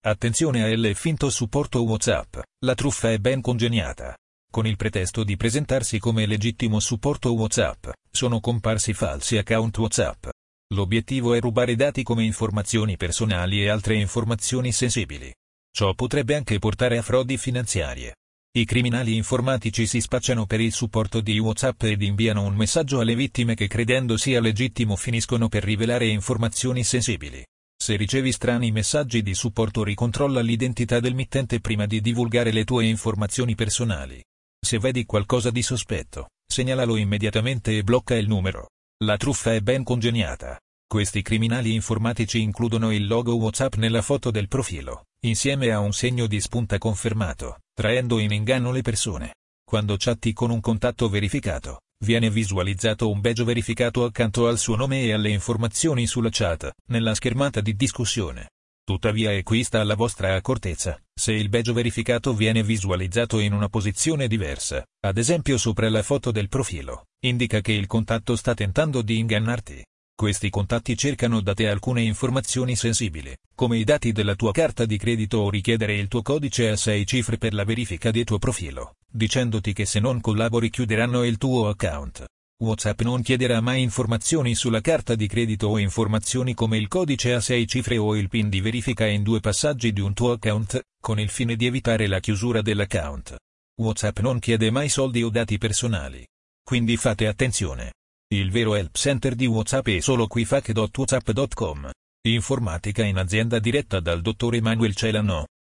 Attenzione a il finto supporto WhatsApp, la truffa è ben congegnata. Con il pretesto di presentarsi come legittimo supporto WhatsApp, sono comparsi falsi account WhatsApp. L'obiettivo è rubare dati come informazioni personali e altre informazioni sensibili. Ciò potrebbe anche portare a frodi finanziarie. I criminali informatici si spacciano per il supporto di WhatsApp ed inviano un messaggio alle vittime che, credendo sia legittimo, finiscono per rivelare informazioni sensibili. Se ricevi strani messaggi di supporto, ricontrolla l'identità del mittente prima di divulgare le tue informazioni personali. Se vedi qualcosa di sospetto, segnalalo immediatamente e blocca il numero. La truffa è ben congegnata. Questi criminali informatici includono il logo WhatsApp nella foto del profilo, insieme a un segno di spunta confermato, traendo in inganno le persone. Quando chatti con un contatto verificato, viene visualizzato un badge verificato accanto al suo nome e alle informazioni sulla chat, nella schermata di discussione. Tuttavia, e qui sta la vostra accortezza, se il badge verificato viene visualizzato in una posizione diversa, ad esempio sopra la foto del profilo, indica che il contatto sta tentando di ingannarti. Questi contatti cercano da te alcune informazioni sensibili, come i dati della tua carta di credito o richiedere il tuo codice a 6 cifre per la verifica del tuo profilo, dicendoti che se non collabori chiuderanno il tuo account. WhatsApp non chiederà mai informazioni sulla carta di credito o informazioni come il codice a 6 cifre o il PIN di verifica in 2 passaggi di un tuo account, con il fine di evitare la chiusura dell'account. WhatsApp non chiede mai soldi o dati personali. Quindi fate attenzione. Il vero help center di WhatsApp è solo quifac.whatsapp.com. Informatica in azienda diretta dal dottor Emanuel Celano.